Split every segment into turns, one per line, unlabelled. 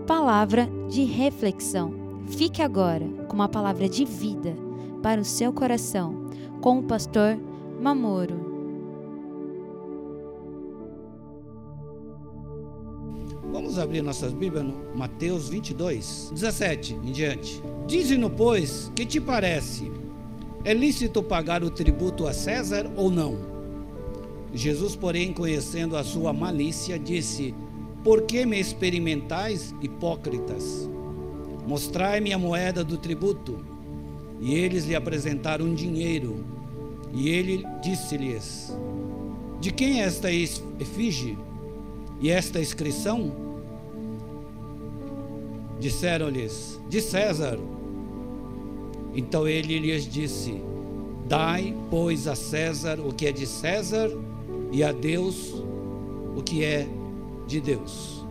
Palavra de reflexão. Fique agora com uma palavra de vida para o seu coração, com o pastor Mamoro.
Vamos abrir nossas Bíblias no Mateus 22, 17 em diante. Dize-nos, pois, que te parece? É lícito pagar o tributo a César ou não? Jesus, porém, conhecendo a sua malícia, disse: por que me experimentais, hipócritas? Mostrai-me a moeda do tributo. E eles lhe apresentaram um dinheiro. E ele disse-lhes: de quem é esta efígie e esta inscrição? Disseram-lhes: de César. Então ele lhes disse: dai, pois, a César o que é de César, e a Deus o que é de Deus.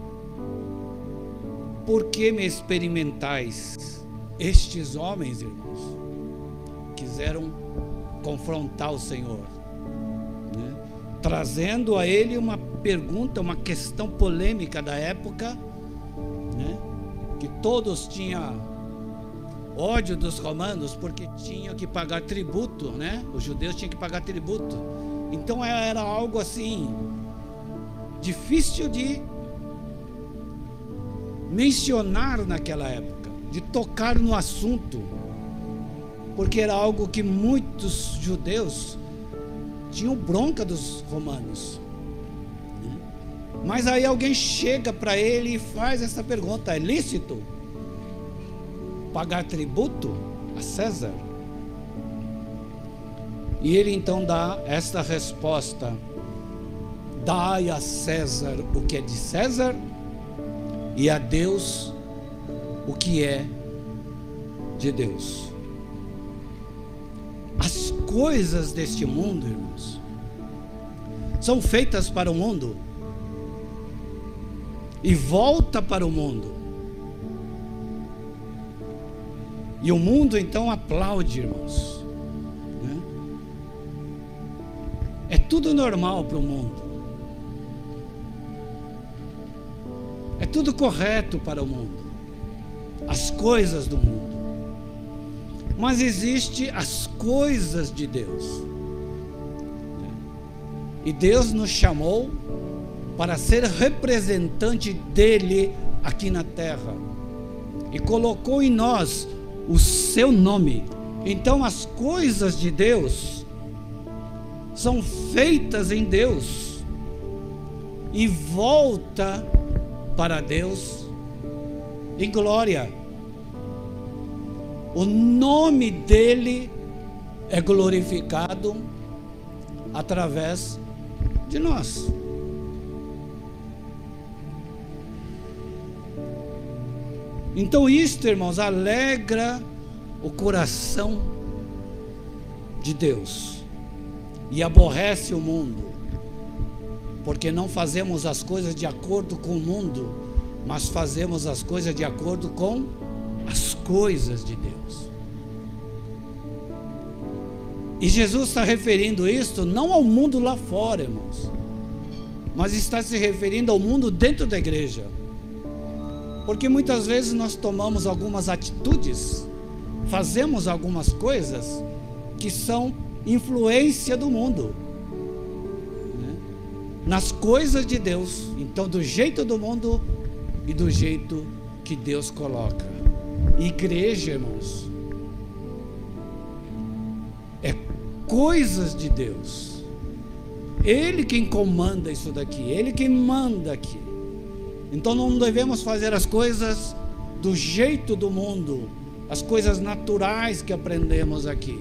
Por que me experimentais? Estes homens, irmãos, quiseram confrontar o Senhor, né? Trazendo a ele uma pergunta, uma questão polêmica da época, né? Que todos tinham ódio dos romanos porque tinham que pagar tributo, né? Os judeus tinham que pagar tributo. Então era algo assim difícil de mencionar naquela época, de tocar no assunto, porque era algo que muitos judeus tinham bronca dos romanos. Mas aí alguém chega para ele e faz essa pergunta: é lícito pagar tributo a César? E ele então dá esta resposta: dai a César o que é de César, e a Deus o que é de Deus. As coisas deste mundo, irmãos, são feitas para o mundo e volta para o mundo. E o mundo então aplaude, irmãos, né? É tudo normal para o mundo. É tudo correto para o mundo, as coisas do mundo. Mas existe as coisas de Deus. E Deus nos chamou para ser representante dele aqui na terra. E colocou em nós o seu nome. Então as coisas de Deus são feitas em Deus e volta para Deus em glória. O nome dele é glorificado através de nós. Então isto, irmãos, alegra o coração de Deus e aborrece o mundo, porque não fazemos as coisas de acordo com o mundo, mas fazemos as coisas de acordo com as coisas de Deus. E Jesus está referindo isto não ao mundo lá fora, irmãos, mas está se referindo ao mundo dentro da igreja. Porque muitas vezes nós tomamos algumas atitudes, fazemos algumas coisas que são influência do mundo, né? Nas coisas de Deus. Então, do jeito do mundo e do jeito que Deus coloca. Igreja, irmãos, é coisas de Deus. Ele quem comanda isso daqui, ele quem manda aqui. Então não devemos fazer as coisas do jeito do mundo, as coisas naturais que aprendemos aqui.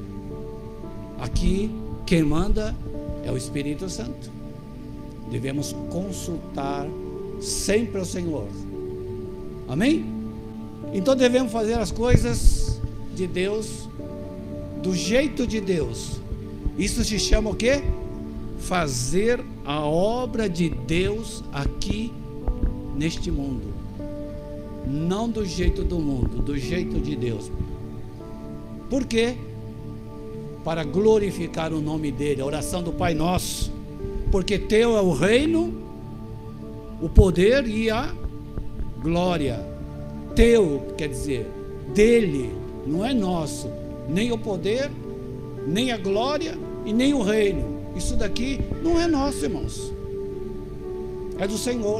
Aqui quem manda é o Espírito Santo. Devemos consultar sempre o Senhor. Amém? Então devemos fazer as coisas de Deus do jeito de Deus. Isso se chama o quê? Fazer a obra de Deus aqui neste mundo. Não do jeito do mundo, do jeito de Deus. Por quê? Para glorificar o nome dele, a oração do Pai Nosso. Porque teu é o reino, o poder e a glória. Teu, quer dizer, dele, não é nosso, nem o poder, nem a glória e nem o reino. Isso daqui não é nosso, irmãos, é do Senhor.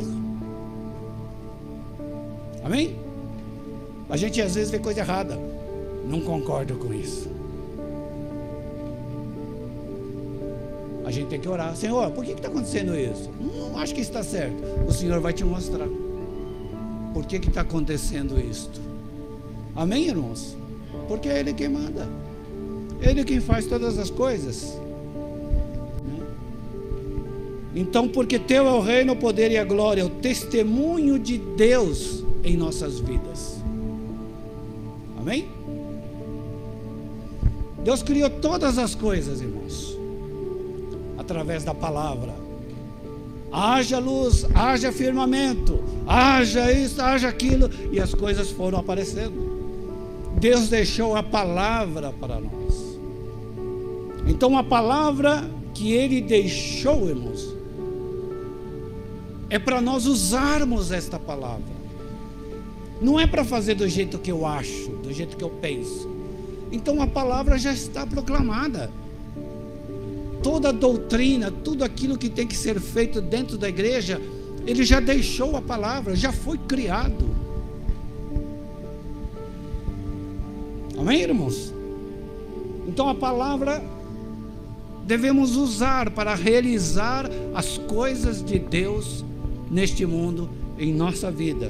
Amém? A gente às vezes vê coisa errada, não concordo com isso. A gente tem que orar: Senhor, por que está acontecendo isso? Não acho que está certo. O Senhor vai te mostrar por que está acontecendo isto. Amém, irmãos? Porque é Ele quem manda, Ele quem faz todas as coisas. Então, porque teu é o reino, o poder e a glória, o testemunho de Deus em nossas vidas. Amém? Deus criou todas as coisas, irmãos, através da palavra. Haja luz, haja firmamento, haja isso, haja aquilo, e as coisas foram aparecendo. Deus deixou a palavra para nós. Então a palavra que Ele deixou, irmãos, é para nós usarmos esta palavra. Não é para fazer do jeito que eu acho, do jeito que eu penso. Então a palavra já está proclamada. Toda a doutrina, tudo aquilo que tem que ser feito dentro da igreja, Ele já deixou a palavra, já foi criado. Amém, irmãos? Então a palavra devemos usar para realizar as coisas de Deus neste mundo, em nossa vida.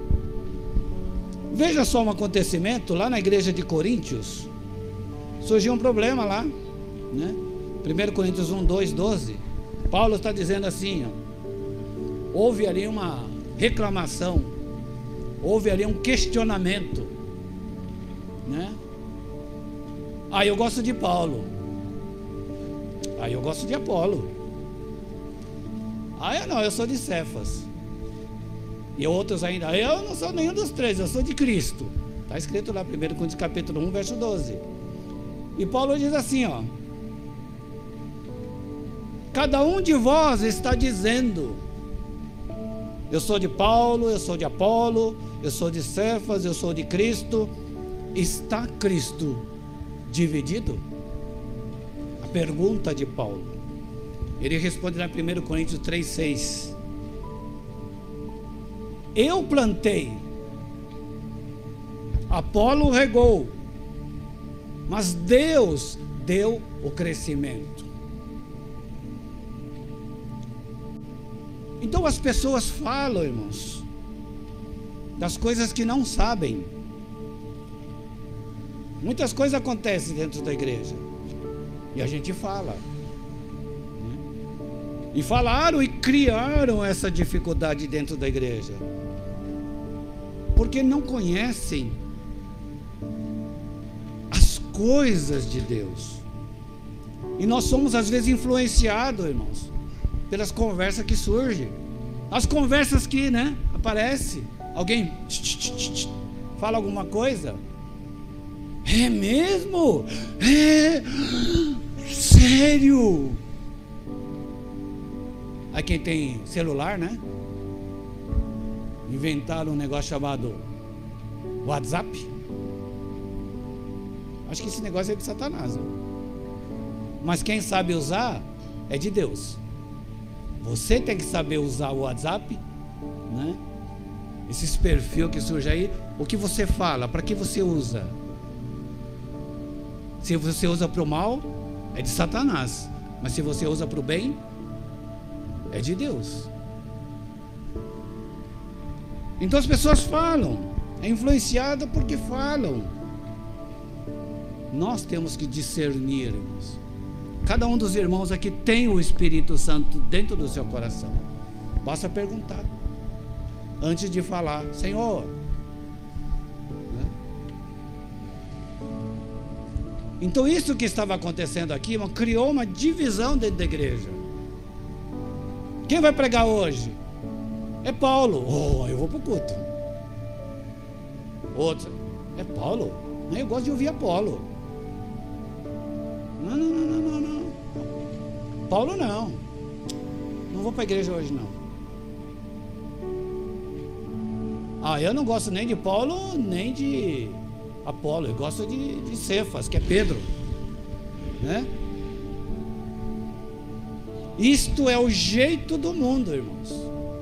Veja só um acontecimento lá na igreja de Coríntios. Surgiu um problema lá, né? 1 Coríntios 1, 2, 12. Paulo está dizendo assim, ó, houve ali uma reclamação, houve ali um questionamento, né? Eu gosto de Paulo, eu gosto de Apolo, eu sou de Cefas, e outros ainda, eu não sou nenhum dos três, eu sou de Cristo. Está escrito lá, 1 Coríntios capítulo 1, verso 12. E Paulo diz assim, ó: cada um de vós está dizendo, eu sou de Paulo, eu sou de Apolo, eu sou de Cefas, eu sou de Cristo. Está Cristo dividido? A pergunta de Paulo. Ele responde lá em 1 Coríntios 3, 6. Eu plantei, Apolo regou, mas Deus deu o crescimento. Então as pessoas falam, irmãos, das coisas que não sabem. Muitas coisas acontecem dentro da igreja e a gente fala, né? E falaram e criaram essa dificuldade dentro da igreja, porque não conhecem as coisas de Deus. E nós somos às vezes influenciados, irmãos, pelas conversas que surgem, as conversas que, né, aparece alguém fala alguma coisa. É mesmo? É sério? Aí quem tem celular, né, inventaram um negócio chamado WhatsApp. Acho que esse negócio é de Satanás, né? Mas quem sabe usar é de Deus. Você tem que saber usar o WhatsApp, né? Esses perfis que surgem aí, o que você fala, para que você usa? Se você usa para o mal, é de Satanás. Mas se você usa para o bem, é de Deus. Então as pessoas falam, é influenciada porque falam. Nós temos que discernir, irmãos. Cada um dos irmãos aqui tem o Espírito Santo dentro do seu coração. Basta perguntar antes de falar: Senhor, né? Então isso que estava acontecendo aqui, irmão, criou uma divisão dentro da igreja. Quem vai pregar hoje? É Paulo. Eu vou para o culto. Outro: é Paulo. Eu gosto de ouvir Apolo. Não. Paulo não. Não vou para a igreja hoje não. Eu não gosto nem de Paulo, nem de Apolo. Eu gosto de Cefas, que é Pedro, né? Isto é o jeito do mundo, irmãos.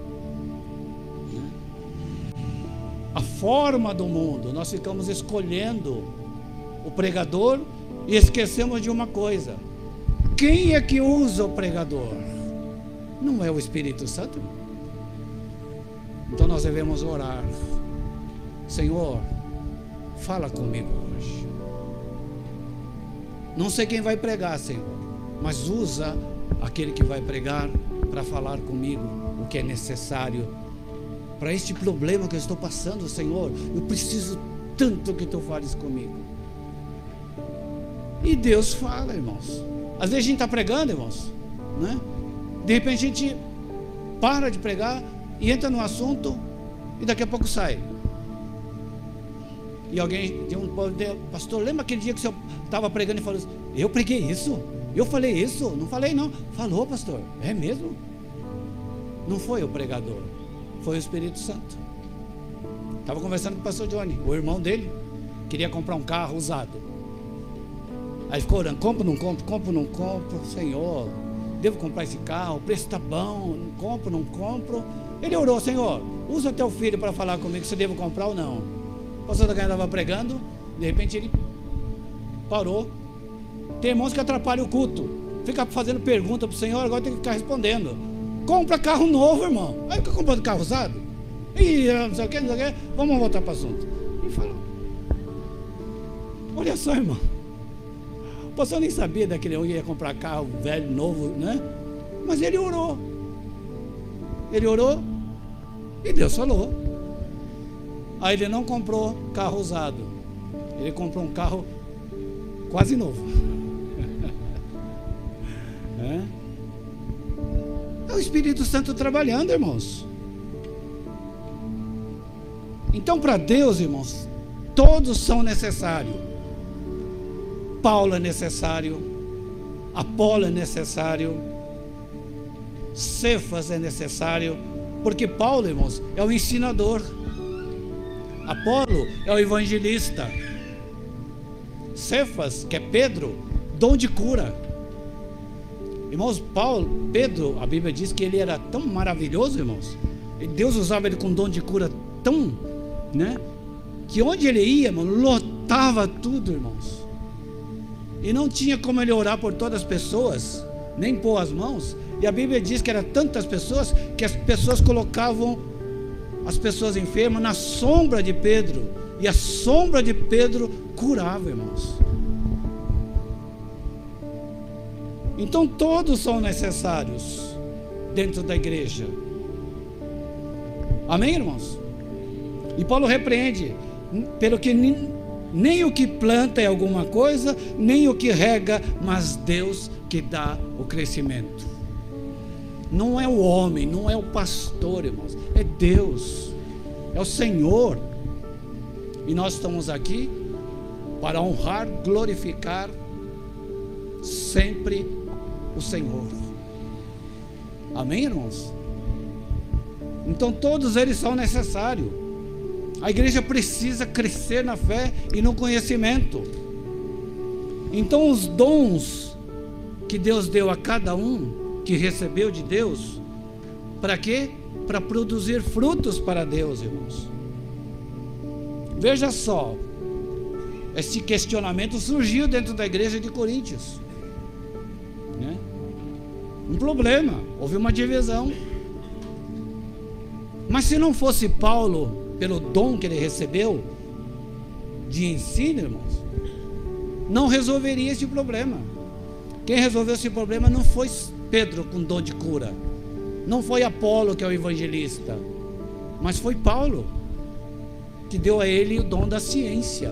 A forma do mundo. Nós ficamos escolhendo o pregador e esquecemos de uma coisa: quem é que usa o pregador? Não é o Espírito Santo? Então nós devemos orar: Senhor, fala comigo hoje. Não sei quem vai pregar, Senhor, mas usa aquele que vai pregar para falar comigo o que é necessário para este problema que eu estou passando, Senhor. Eu preciso tanto que tu fales comigo. E Deus fala, irmãos. Às vezes a gente está pregando, irmãos, né? De repente a gente para de pregar e entra no assunto e daqui a pouco sai. E alguém tem pastor, lembra aquele dia que o senhor estava pregando e falou assim: eu preguei isso? Eu falei isso? Não falei não. Falou, pastor. É mesmo? Não foi o pregador, foi o Espírito Santo. Estava conversando com o pastor Johnny, o irmão dele queria comprar um carro usado. Aí ficou orando: compro, não compro, compro, não compro. Senhor, devo comprar esse carro, o preço está bom, não compro, não compro. Ele orou: Senhor, usa teu filho para falar comigo se devo comprar ou não. O pastor da estava pregando, de repente ele parou. Tem irmãos que atrapalham o culto, fica fazendo pergunta para o Senhor, agora tem que ficar respondendo. Compra carro novo, irmão. Aí fica comprando carro usado. E não sei o que, não sei o que. Vamos voltar para o assunto. E falou: olha só, irmão, o pastor nem sabia daquele homem que ia comprar carro velho, novo, né? Mas ele orou. Ele orou e Deus falou. Aí ele não comprou carro usado, ele comprou um carro quase novo. É o Espírito Santo trabalhando, irmãos. Então, para Deus, irmãos, todos são necessários. Paulo é necessário, Apolo é necessário, Cefas é necessário, porque Paulo, irmãos, é o ensinador, Apolo é o evangelista, Cefas, que é Pedro, dom de cura. Irmãos, Pedro, a Bíblia diz que ele era tão maravilhoso, irmãos, e Deus usava ele com dom de cura tão, né, que onde ele ia, irmão, lotava tudo, irmãos. E não tinha como ele orar por todas as pessoas, nem pôr as mãos. E a Bíblia diz que eram tantas pessoas que as pessoas colocavam as pessoas enfermas na sombra de Pedro, e a sombra de Pedro curava, irmãos. Então todos são necessários dentro da igreja. Amém, irmãos? E Paulo repreende: pelo que nem o que planta é alguma coisa, nem o que rega, mas Deus que dá o crescimento. Não é o homem, não é o pastor, irmãos, é Deus, é o Senhor. E nós estamos aqui para honrar, glorificar sempre o Senhor. Amém, irmãos? Então todos eles são necessários. A igreja precisa crescer na fé e no conhecimento. Então os dons que Deus deu a cada um, que recebeu de Deus, para quê? Para produzir frutos para Deus, irmãos. Veja só, esse questionamento surgiu dentro da igreja de Coríntios, né? Um problema, houve uma divisão. Mas se não fosse Paulo, pelo dom que ele recebeu de ensino, irmãos, não resolveria esse problema. Quem resolveu esse problema não foi Pedro com dom de cura, não foi Apolo, que é o evangelista, mas foi Paulo, que deu a ele o dom da ciência.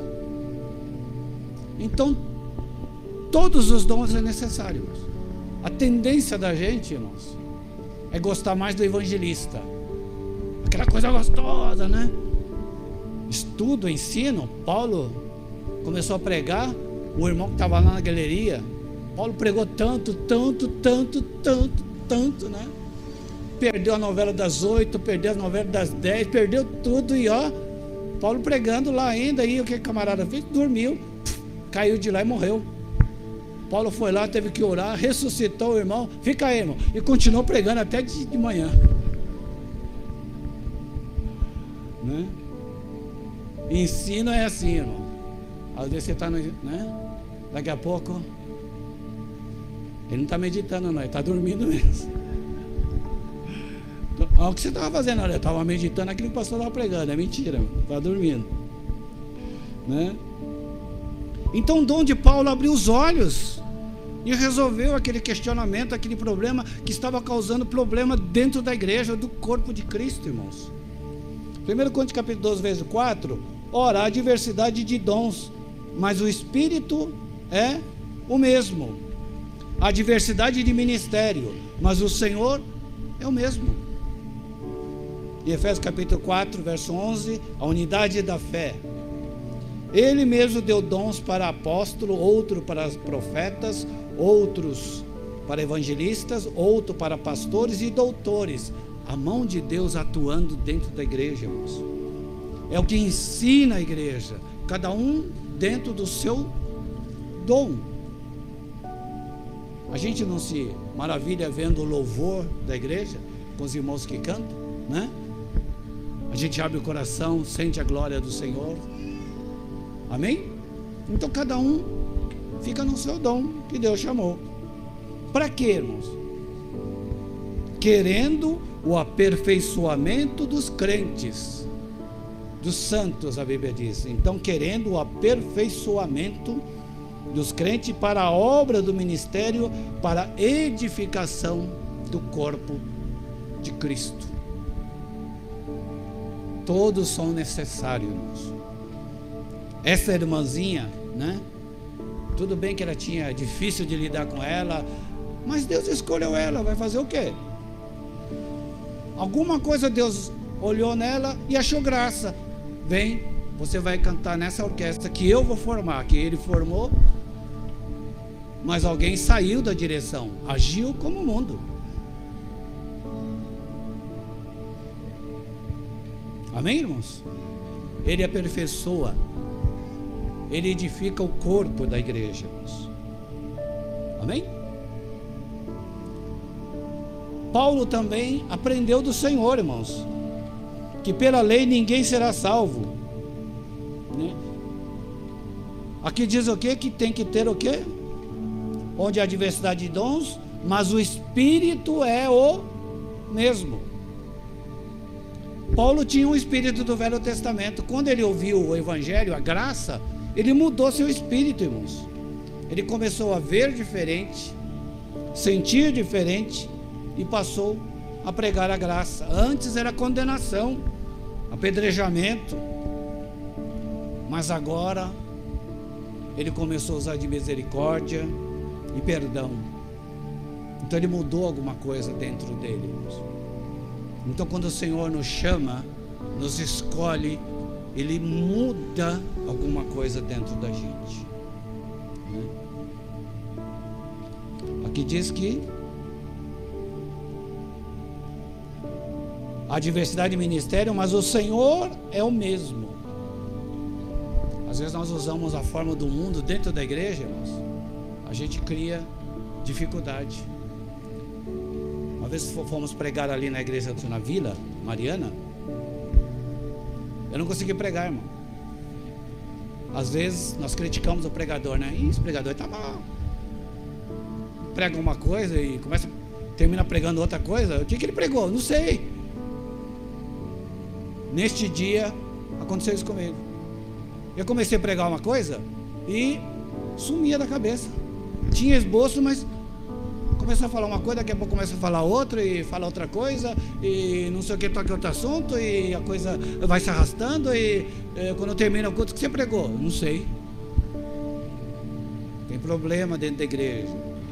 Então todos os dons são necessários. A tendência da gente, irmãos, é gostar mais do evangelista, aquela coisa gostosa, né? Estudo, ensino. Paulo começou a pregar, o irmão que estava lá na galeria, Paulo pregou tanto, né? perdeu a novela das 8, perdeu a novela das 10, perdeu tudo e ó, Paulo pregando lá ainda, e o que o camarada fez? Dormiu, caiu de lá e morreu. Paulo foi lá, teve que orar, ressuscitou o irmão, fica aí, irmão, e continuou pregando até de manhã. Né? Ensino é assim, irmão. Às vezes você está no, né? Daqui a pouco ele não está meditando, não, ele está dormindo mesmo. Olha o que você estava fazendo, olha, eu estava meditando aquilo que o pastor estava pregando, é mentira, estava dormindo, né? Então o dom de Paulo abriu os olhos e resolveu aquele questionamento, aquele problema que estava causando problema dentro da igreja, do corpo de Cristo, irmãos. 1 Coríntios capítulo 12, verso 4, ora, há diversidade de dons, mas o Espírito é o mesmo. Há diversidade de ministério, mas o Senhor é o mesmo. Em Efésios capítulo 4, verso 11, a unidade da fé. Ele mesmo deu dons para apóstolo, outro para profetas, outros para evangelistas, outro para pastores e doutores. A mão de Deus atuando dentro da igreja, irmãos. É o que ensina a igreja, cada um dentro do seu dom. A gente não se maravilha vendo o louvor da igreja, com os irmãos que cantam, né? A gente abre o coração, sente a glória do Senhor. Amém? Então cada um fica no seu dom que Deus chamou. Para quê, irmãos? Querendo o aperfeiçoamento dos crentes, dos santos, a Bíblia diz. Então, querendo o aperfeiçoamento dos crentes para a obra do ministério, para a edificação do corpo de Cristo. Todos são necessários, irmãos. Essa irmãzinha, né? Tudo bem que ela tinha difícil de lidar com ela, mas Deus escolheu ela, vai fazer o quê? Alguma coisa Deus olhou nela e achou graça. Vem, você vai cantar nessa orquestra que eu vou formar, que ele formou, mas alguém saiu da direção, agiu como o mundo. Amém, irmãos? Ele aperfeiçoa, ele edifica o corpo da igreja, irmãos. Amém? Paulo também aprendeu do Senhor, irmãos, que pela lei ninguém será salvo, né? Aqui diz o quê? Que tem que ter o quê? Onde há diversidade de dons, mas o Espírito é o mesmo. Paulo tinha um espírito do Velho Testamento. Quando ele ouviu o Evangelho, a graça, ele mudou seu espírito, irmãos. Ele começou a ver diferente, sentir diferente e passou a pregar a graça. Antes era condenação, apedrejamento, mas agora ele começou a usar de misericórdia e perdão. Então ele mudou alguma coisa dentro dele, irmãos. Então quando o Senhor nos chama, nos escolhe, Ele muda alguma coisa dentro da gente. Aqui diz que há diversidade de ministério, mas o Senhor é o mesmo. Às vezes nós usamos a forma do mundo dentro da igreja, irmãos. A gente cria dificuldade. Uma vez fomos pregar ali na igreja, na Vila Mariana, eu não consegui pregar, irmão. Às vezes nós criticamos o pregador, né? Ih, esse pregador está mal. Prega uma coisa e termina pregando outra coisa. O que ele pregou? Não sei. Neste dia aconteceu isso comigo. Eu comecei a pregar uma coisa e sumia da cabeça. Tinha esboço, mas começou a falar uma coisa, daqui a pouco começa a falar outra e fala outra coisa e não sei o que, toca outro assunto e a coisa vai se arrastando e quando termina o culto, o que você pregou? Não sei. Tem problema dentro da igreja.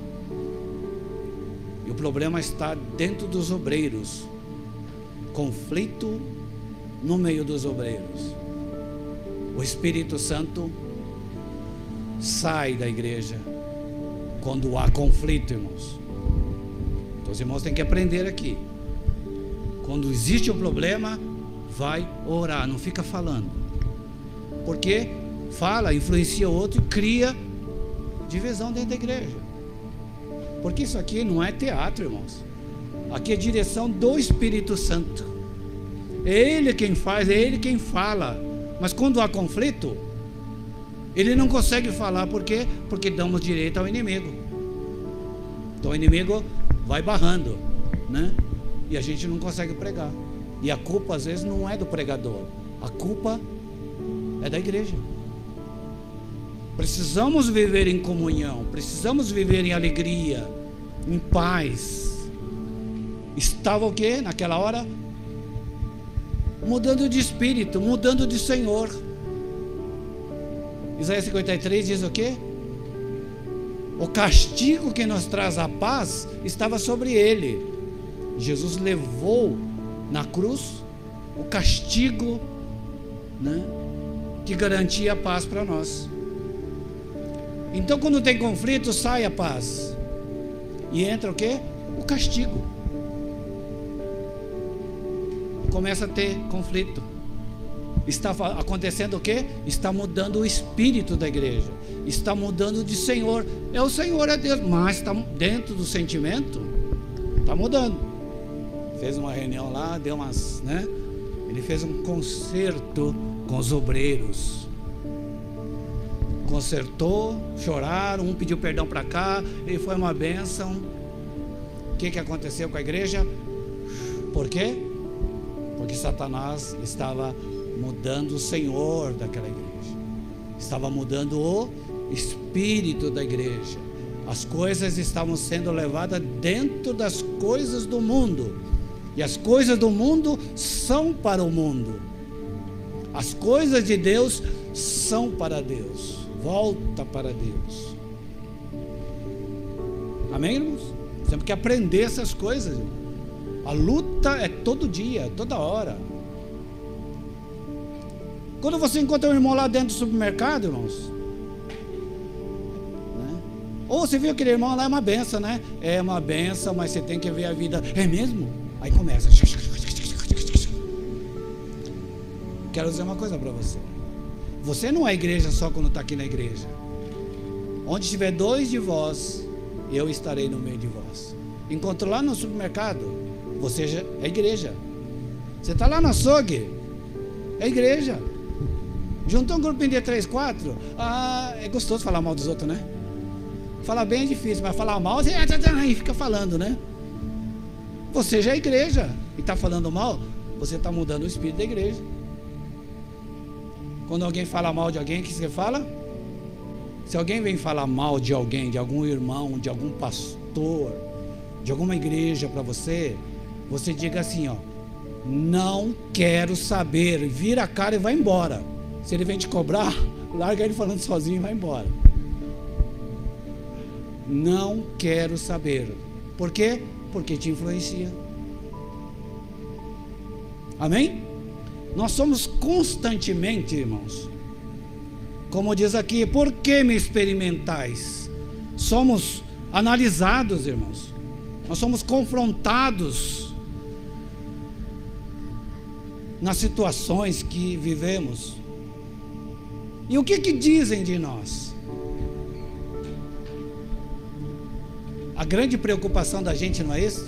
E o problema está dentro dos obreiros. Conflito no meio dos obreiros. O Espírito Santo sai da igreja quando há conflito, irmãos. Então os irmãos têm que aprender aqui. Quando existe um problema, vai orar, não fica falando. Porque fala, influencia o outro e cria divisão dentro da igreja. Porque isso aqui não é teatro, irmãos. Aqui é direção do Espírito Santo. É Ele quem faz, é Ele quem fala. Mas quando há conflito, Ele não consegue falar. Por quê? Porque damos direito ao inimigo. Então o inimigo vai barrando, né? E a gente não consegue pregar. E a culpa às vezes não é do pregador. A culpa é da igreja. Precisamos viver em comunhão. Precisamos viver em alegria, em paz. Estava o quê? Naquela hora mudando de espírito, mudando de Senhor. Isaías 53 diz o quê? O castigo que nos traz a paz estava sobre ele. Jesus levou na cruz o castigo, né, que garantia a paz para nós. Então quando tem conflito, sai a paz e entra o quê? O castigo. Começa a ter conflito. Está acontecendo o quê? Está mudando o espírito da igreja. Está mudando de Senhor. É o Senhor, é Deus, mas está dentro do sentimento. Está mudando. Fez uma reunião lá, deu umas, né? Ele fez um concerto com os obreiros. Consertou, choraram, um pediu perdão para cá, e foi uma bênção. O que aconteceu com a igreja? Por quê? Porque Satanás estava mudando o Senhor daquela igreja, estava mudando o espírito da igreja. As coisas estavam sendo levadas dentro das coisas do mundo, e as coisas do mundo são para o mundo. As coisas de Deus são para Deus. Volta para Deus. Amém, irmãos? Temos que aprender essas coisas, irmãos. A luta é todo dia, toda hora. Quando você encontra um irmão lá dentro do supermercado, irmãos, né? Ou você viu aquele irmão lá, é uma benção, né? É uma benção, mas você tem que ver a vida. É mesmo? Aí começa. Quero dizer uma coisa para você. Você não é igreja só quando está aqui na igreja. Onde tiver dois de vós, eu estarei no meio de vós. Encontrou lá no supermercado, você já é igreja. Você está lá no açougue, é igreja. Juntou um grupinho de 3, 4. É gostoso falar mal dos outros, né? Falar bem é difícil, mas falar mal, você fica falando, né? Você já é igreja e está falando mal, você está mudando o espírito da igreja. Quando alguém fala mal de alguém, o que você fala? Se alguém vem falar mal de alguém, de algum irmão, de algum pastor, de alguma igreja para você, você diga assim, ó: não quero saber, vira a cara e vai embora. Se ele vem te cobrar, larga ele falando sozinho e vai embora. Não quero saber. Por quê? Porque te influencia. Amém? Nós somos constantemente, irmãos, como diz aqui, por que me experimentais? Somos analisados, irmãos. Nós somos confrontados nas situações que vivemos. E o que dizem de nós? A grande preocupação da gente não é isso?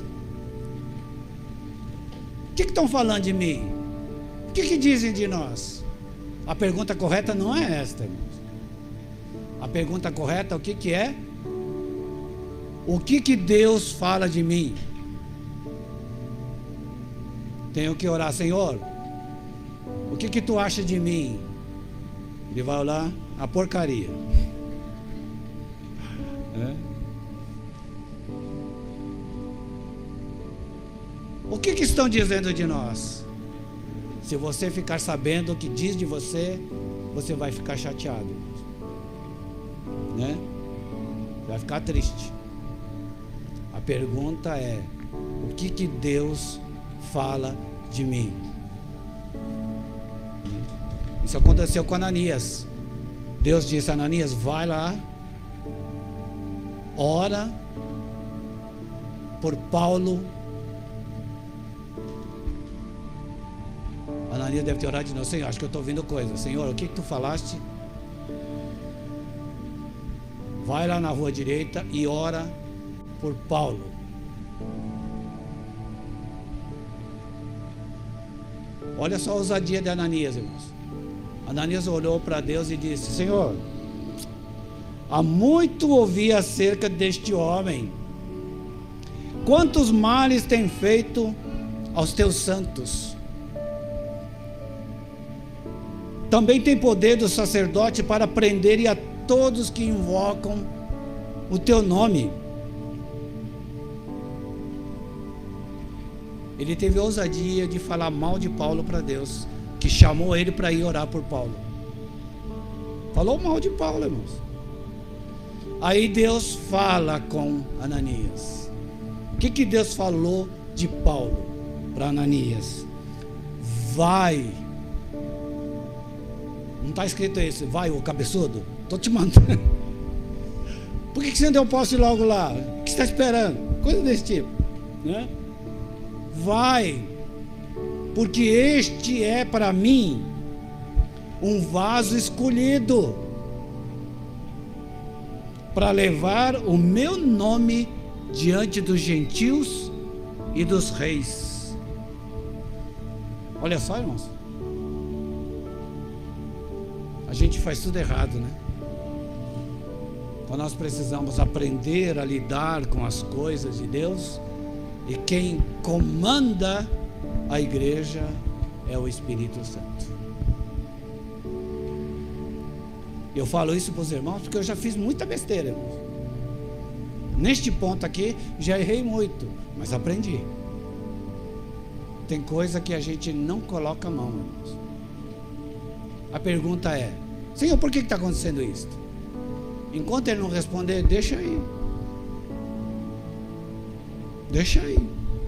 O que estão falando de mim? O que dizem de nós? A pergunta correta não é esta, irmãos. A pergunta correta é o que é? O que Deus fala de mim? Tenho que orar, Senhor, o que tu acha de mim? Ele vai olhar a porcaria. O que estão dizendo de nós? Se você ficar sabendo o que diz de você, você vai ficar chateado, né? Vai ficar triste. A pergunta é: o que Deus fala de mim? Isso aconteceu com Ananias. Deus disse a Ananias: vai lá, ora por Paulo, Ananias deve ter orado de novo. Senhor, acho que eu estou ouvindo coisa. Senhor, o que tu falaste? Vai lá na rua direita e ora por Paulo. Olha só a ousadia de Ananias, irmãos. Ananias olhou para Deus e disse: Senhor, há muito ouvi acerca deste homem. Quantos males tem feito aos teus santos? Também tem poder do sacerdote para prender a todos que invocam o teu nome. Ele teve a ousadia de falar mal de Paulo para Deus, que chamou ele para ir orar por Paulo. Falou mal de Paulo, irmãos. Aí Deus fala com Ananias. O que Deus falou de Paulo para Ananias? Vai. Não está escrito isso, vai, ô cabeçudo. Estou te mandando. Por que você não deu posse logo lá? O que você está esperando? Coisa desse tipo, né? Vai, porque este é para mim um vaso escolhido para levar o meu nome diante dos gentios e dos reis. Olha só, irmãos, a gente faz tudo errado, né? Então nós precisamos aprender a lidar com as coisas de Deus. E quem comanda a igreja é o Espírito Santo. Eu falo isso para os irmãos porque eu já fiz muita besteira, irmãos. Neste ponto aqui já errei muito, mas aprendi. Tem coisa que a gente não coloca a mão, irmãos. A pergunta é: Senhor, por que está acontecendo isso? Enquanto ele não responder, deixa aí. Deixa aí.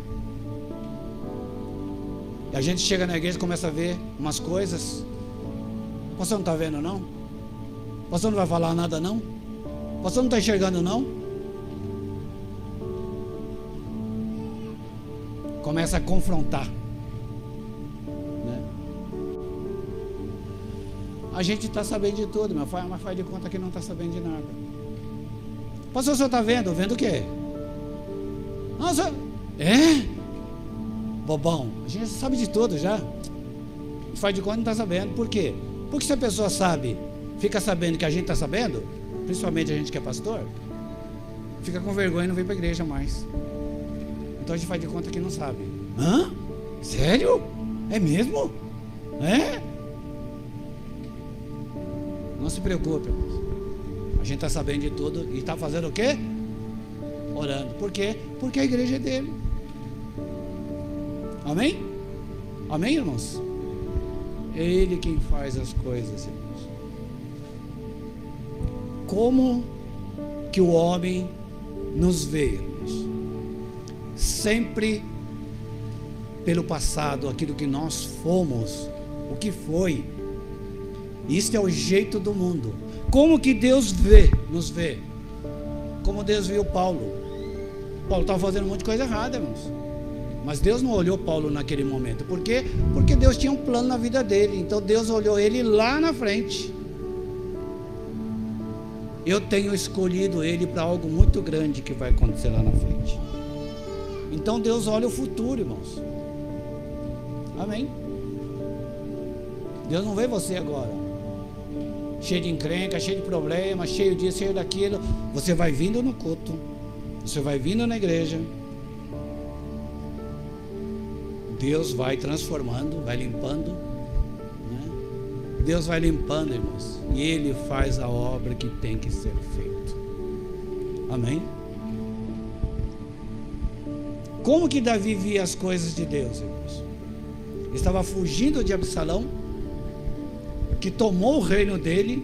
E a gente chega na igreja e começa a ver umas coisas. O pastor não está vendo, não? O pastor não vai falar nada, não? O pastor não está enxergando, não? Começa a confrontar, né? A gente está sabendo de tudo, mas faz de conta que não está sabendo de nada. Pastor, o senhor está vendo? Vendo o quê? Nossa, bobão, a gente sabe de tudo já. Faz de conta que não está sabendo. Por quê? Porque se a pessoa sabe, fica sabendo que a gente está sabendo, principalmente a gente que é pastor, fica com vergonha e não vem para a igreja mais. Então a gente faz de conta que não sabe. Hã? Sério? É mesmo? É? Não se preocupe, irmãos. A gente está sabendo de tudo e está fazendo o quê? Orando. Por quê? Porque a igreja é dele. Amém? Amém, irmãos? É ele quem faz as coisas, irmãos. Como que o homem nos vê, irmãos? Sempre pelo passado, aquilo que nós fomos, o que foi. Isso é o jeito do mundo. Como que Deus nos vê? Como Deus viu Paulo. Paulo estava fazendo um monte de coisa errada, irmãos. Mas Deus não olhou Paulo naquele momento. Por quê? Porque Deus tinha um plano na vida dele. Então Deus olhou ele lá na frente. Eu tenho escolhido ele para algo muito grande que vai acontecer lá na frente. Então Deus olha o futuro, irmãos. Amém? Deus não vê você agora cheio de encrenca, cheio de problemas, cheio disso, cheio daquilo. Você vai vindo no culto, você vai vindo na igreja, Deus vai transformando, vai limpando, né? Deus vai limpando, irmãos, e Ele faz a obra que tem que ser feita. Amém? Como que Davi via as coisas de Deus, irmãos? Ele estava fugindo de Absalão, que tomou o reino dele,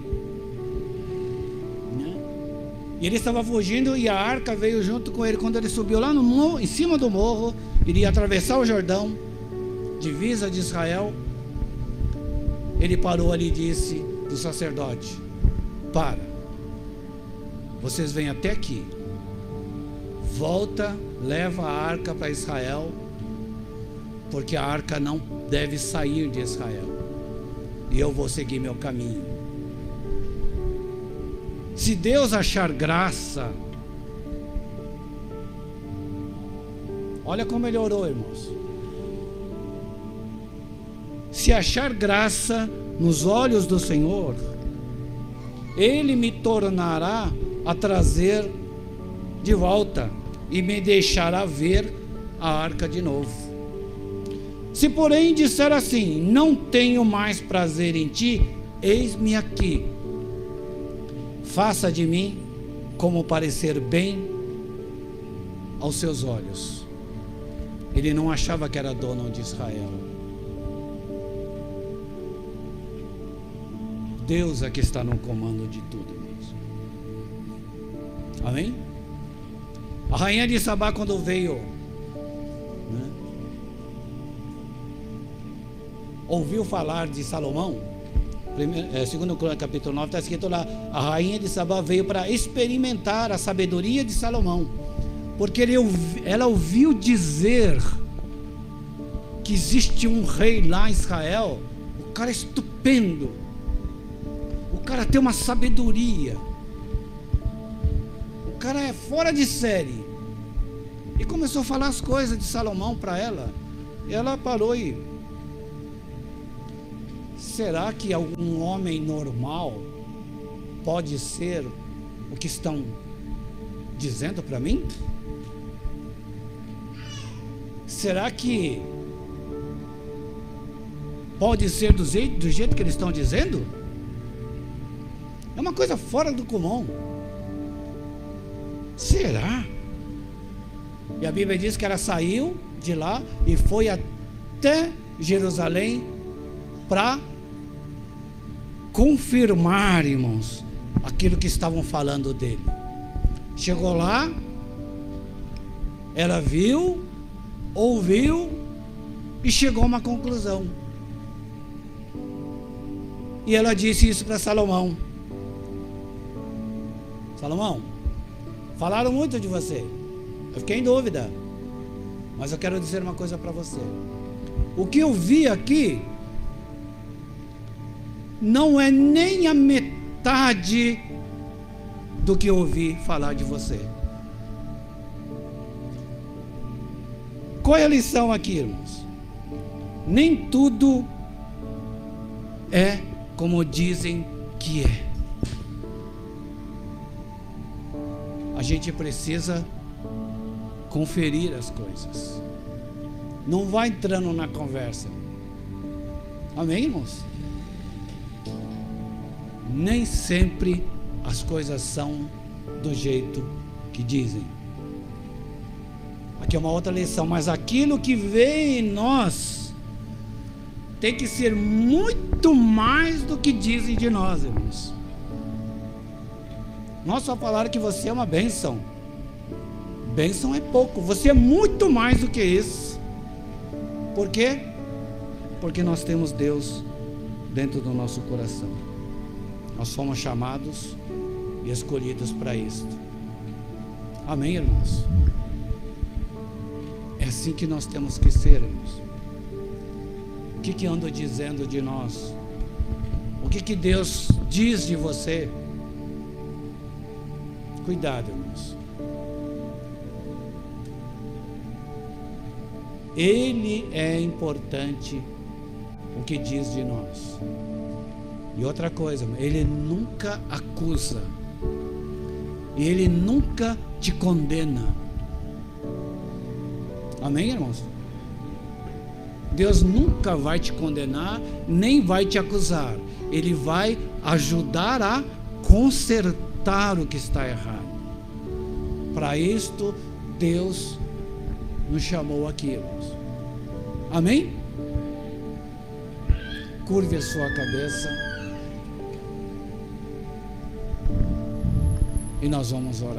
né? E ele estava fugindo e a arca veio junto com ele. Quando ele subiu lá no morro, em cima do morro, iria atravessar o Jordão, divisa de Israel, ele parou ali e disse do sacerdote: para, vocês vêm até aqui, volta, leva a arca para Israel, porque a arca não deve sair de Israel, e eu vou seguir meu caminho. Se Deus achar graça, olha como ele orou, irmãos. Se achar graça nos olhos do Senhor, Ele me tornará a trazer de volta e me deixará ver a arca de novo. Se porém disser assim: não tenho mais prazer em ti, eis-me aqui, faça de mim como parecer bem aos seus olhos. Ele não achava que era dono de Israel. Deus é que está no comando de tudo, irmãos. Amém? A rainha de Sabá, quando veio, ouviu falar de Salomão, segundo Crônicas capítulo 9, está escrito lá: a rainha de Sabá veio para experimentar a sabedoria de Salomão, porque ela ouviu dizer que existe um rei lá em Israel, o cara é estupendo, o cara tem uma sabedoria, o cara é fora de série. E começou a falar as coisas de Salomão para ela. E ela parou e: será que algum homem normal pode ser o que estão dizendo para mim? Será que pode ser do jeito que eles estão dizendo? É uma coisa fora do comum. Será? E a Bíblia diz que ela saiu de lá e foi até Jerusalém para confirmar, irmãos, aquilo que estavam falando dele. Chegou lá, ela viu, ouviu e chegou a uma conclusão. E ela disse isso para Salomão: Salomão, falaram muito de você, eu fiquei em dúvida, mas eu quero dizer uma coisa para você. O que eu vi aqui não é nem a metade do que eu ouvi falar de você. Qual é a lição aqui, irmãos? Nem tudo é como dizem que é. A gente precisa conferir as coisas. Não vai entrando na conversa. Amém, irmãos? Nem sempre as coisas são do jeito que dizem. Aqui é uma outra lição, mas aquilo que vem em nós tem que ser muito mais do que dizem de nós, irmãos. Nós só falaram que você é uma bênção. Bênção é pouco, você é muito mais do que isso. Por quê? Porque nós temos Deus dentro do nosso coração. Nós fomos chamados e escolhidos para isto. Amém, irmãos? É assim que nós temos que ser, irmãos. O que ando dizendo de nós? O que Deus diz de você? Cuidado, irmãos. Ele é importante o que diz de nós. E outra coisa, ele nunca acusa. E ele nunca te condena. Amém, irmãos? Deus nunca vai te condenar, nem vai te acusar. Ele vai ajudar a consertar o que está errado. Para isto, Deus nos chamou aqui, irmãos. Amém? Curve a sua cabeça e nós vamos orar.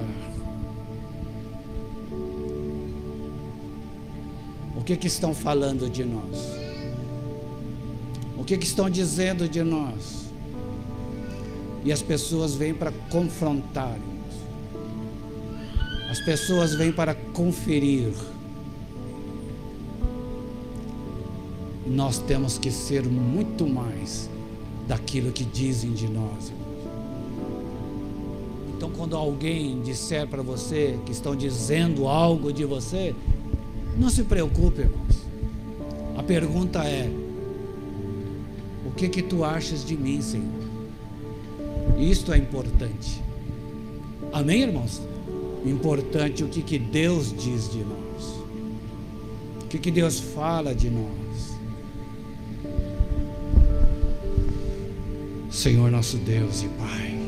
O que estão falando de nós? O que estão dizendo de nós? E as pessoas vêm para confrontar. As pessoas vêm para conferir. Nós temos que ser muito mais daquilo que dizem de nós. Então, quando alguém disser para você que estão dizendo algo de você, não se preocupe, irmãos. A pergunta é: o que tu achas de mim, Senhor? Isto é importante. Amém, irmãos? Importante o que Deus diz de nós, o que Deus fala de nós. Senhor nosso Deus e Pai,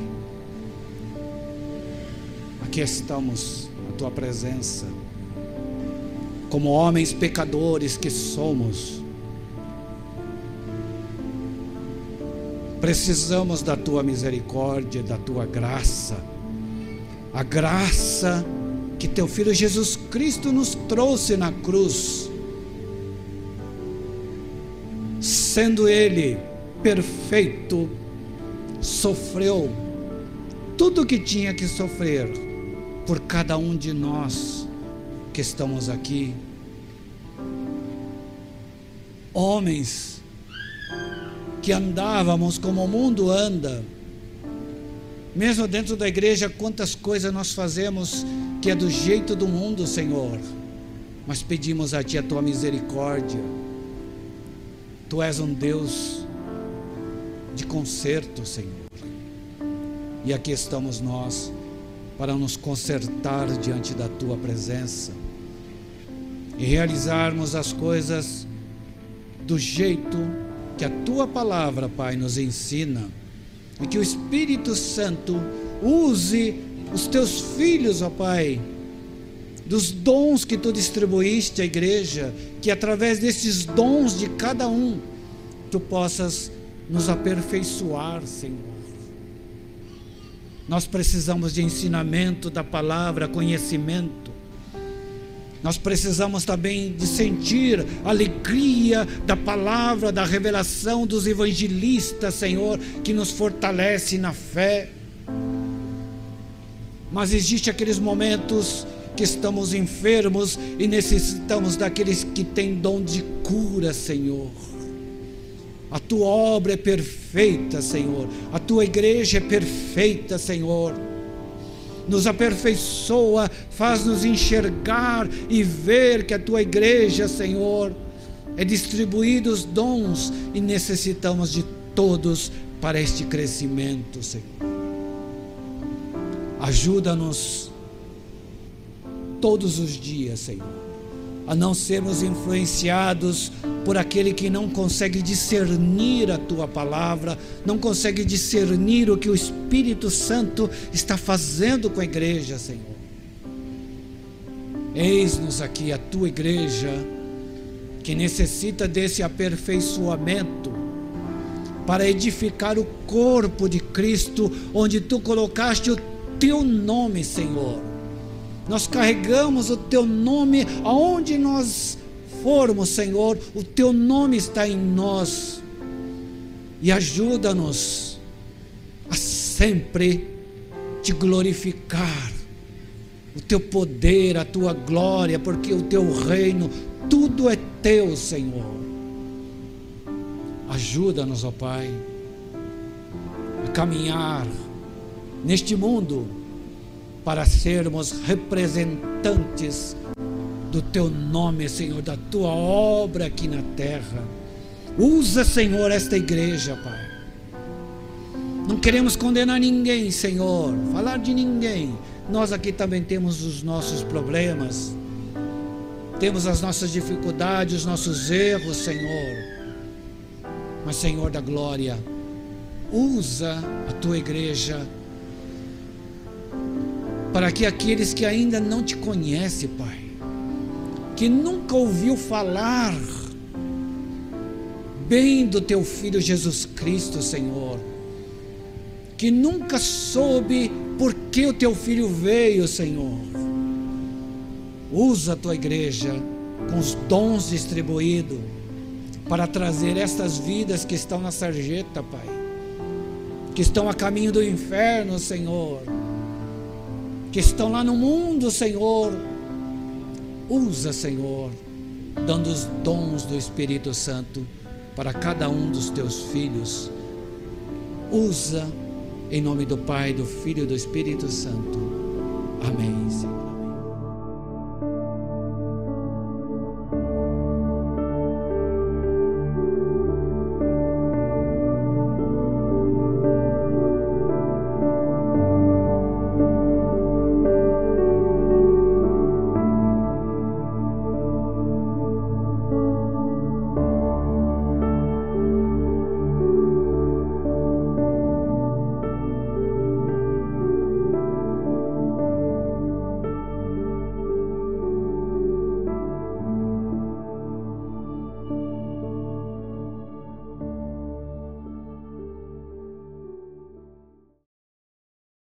aqui estamos na Tua presença, como homens pecadores que somos. Precisamos da Tua misericórdia, da Tua graça, a graça que Teu Filho Jesus Cristo nos trouxe na cruz, sendo Ele perfeito, sofreu tudo o que tinha que sofrer por cada um de nós que estamos aqui. Homens que andávamos como o mundo anda, mesmo dentro da igreja, quantas coisas nós fazemos que é do jeito do mundo, Senhor, mas pedimos a Ti a Tua misericórdia. Tu és um Deus de conserto, Senhor, e aqui estamos nós para nos consertar diante da Tua presença e realizarmos as coisas do jeito que a Tua palavra, Pai, nos ensina, e que o Espírito Santo use os Teus filhos, ó Pai, dos dons que Tu distribuíste à igreja, que através desses dons de cada um, Tu possas nos aperfeiçoar, Senhor. Nós precisamos de ensinamento da palavra, conhecimento. Nós precisamos também de sentir a alegria da palavra, da revelação dos evangelistas, Senhor, que nos fortalece na fé. Mas existem aqueles momentos que estamos enfermos e necessitamos daqueles que têm dom de cura, Senhor. A Tua obra é perfeita, Senhor. A Tua igreja é perfeita, Senhor. Nos aperfeiçoa, faz-nos enxergar e ver que a Tua igreja, Senhor, é distribuída os dons e necessitamos de todos para este crescimento, Senhor. Ajuda-nos todos os dias, Senhor, a não sermos influenciados por aquele que não consegue discernir a Tua palavra, não consegue discernir o que o Espírito Santo está fazendo com a igreja, Senhor. Eis-nos aqui a Tua igreja, que necessita desse aperfeiçoamento, para edificar o corpo de Cristo, onde Tu colocaste o Teu nome, Senhor. Nós carregamos o Teu nome aonde nós formos, Senhor, o Teu nome está em nós, e ajuda-nos a sempre Te glorificar, o Teu poder, a Tua glória, porque o Teu reino, tudo é Teu, Senhor. Ajuda-nos, ó Pai, a caminhar neste mundo para sermos representantes do Teu nome, Senhor, da Tua obra aqui na terra. Usa, Senhor, esta igreja, Pai. Não queremos condenar ninguém, Senhor, falar de ninguém. Nós aqui também temos os nossos problemas, temos as nossas dificuldades, os nossos erros, Senhor. Mas, Senhor da glória, usa a Tua igreja para que aqueles que ainda não Te conhecem, Pai, que nunca ouviu falar bem do Teu Filho Jesus Cristo, Senhor, que nunca soube por que o Teu Filho veio, Senhor, usa a Tua igreja com os dons distribuídos para trazer estas vidas que estão na sarjeta, Pai, que estão a caminho do inferno, Senhor, que estão lá no mundo, Senhor. Usa, Senhor, dando os dons do Espírito Santo para cada um dos teus filhos. Usa em nome do Pai, do Filho e do Espírito Santo. Amém, Senhor.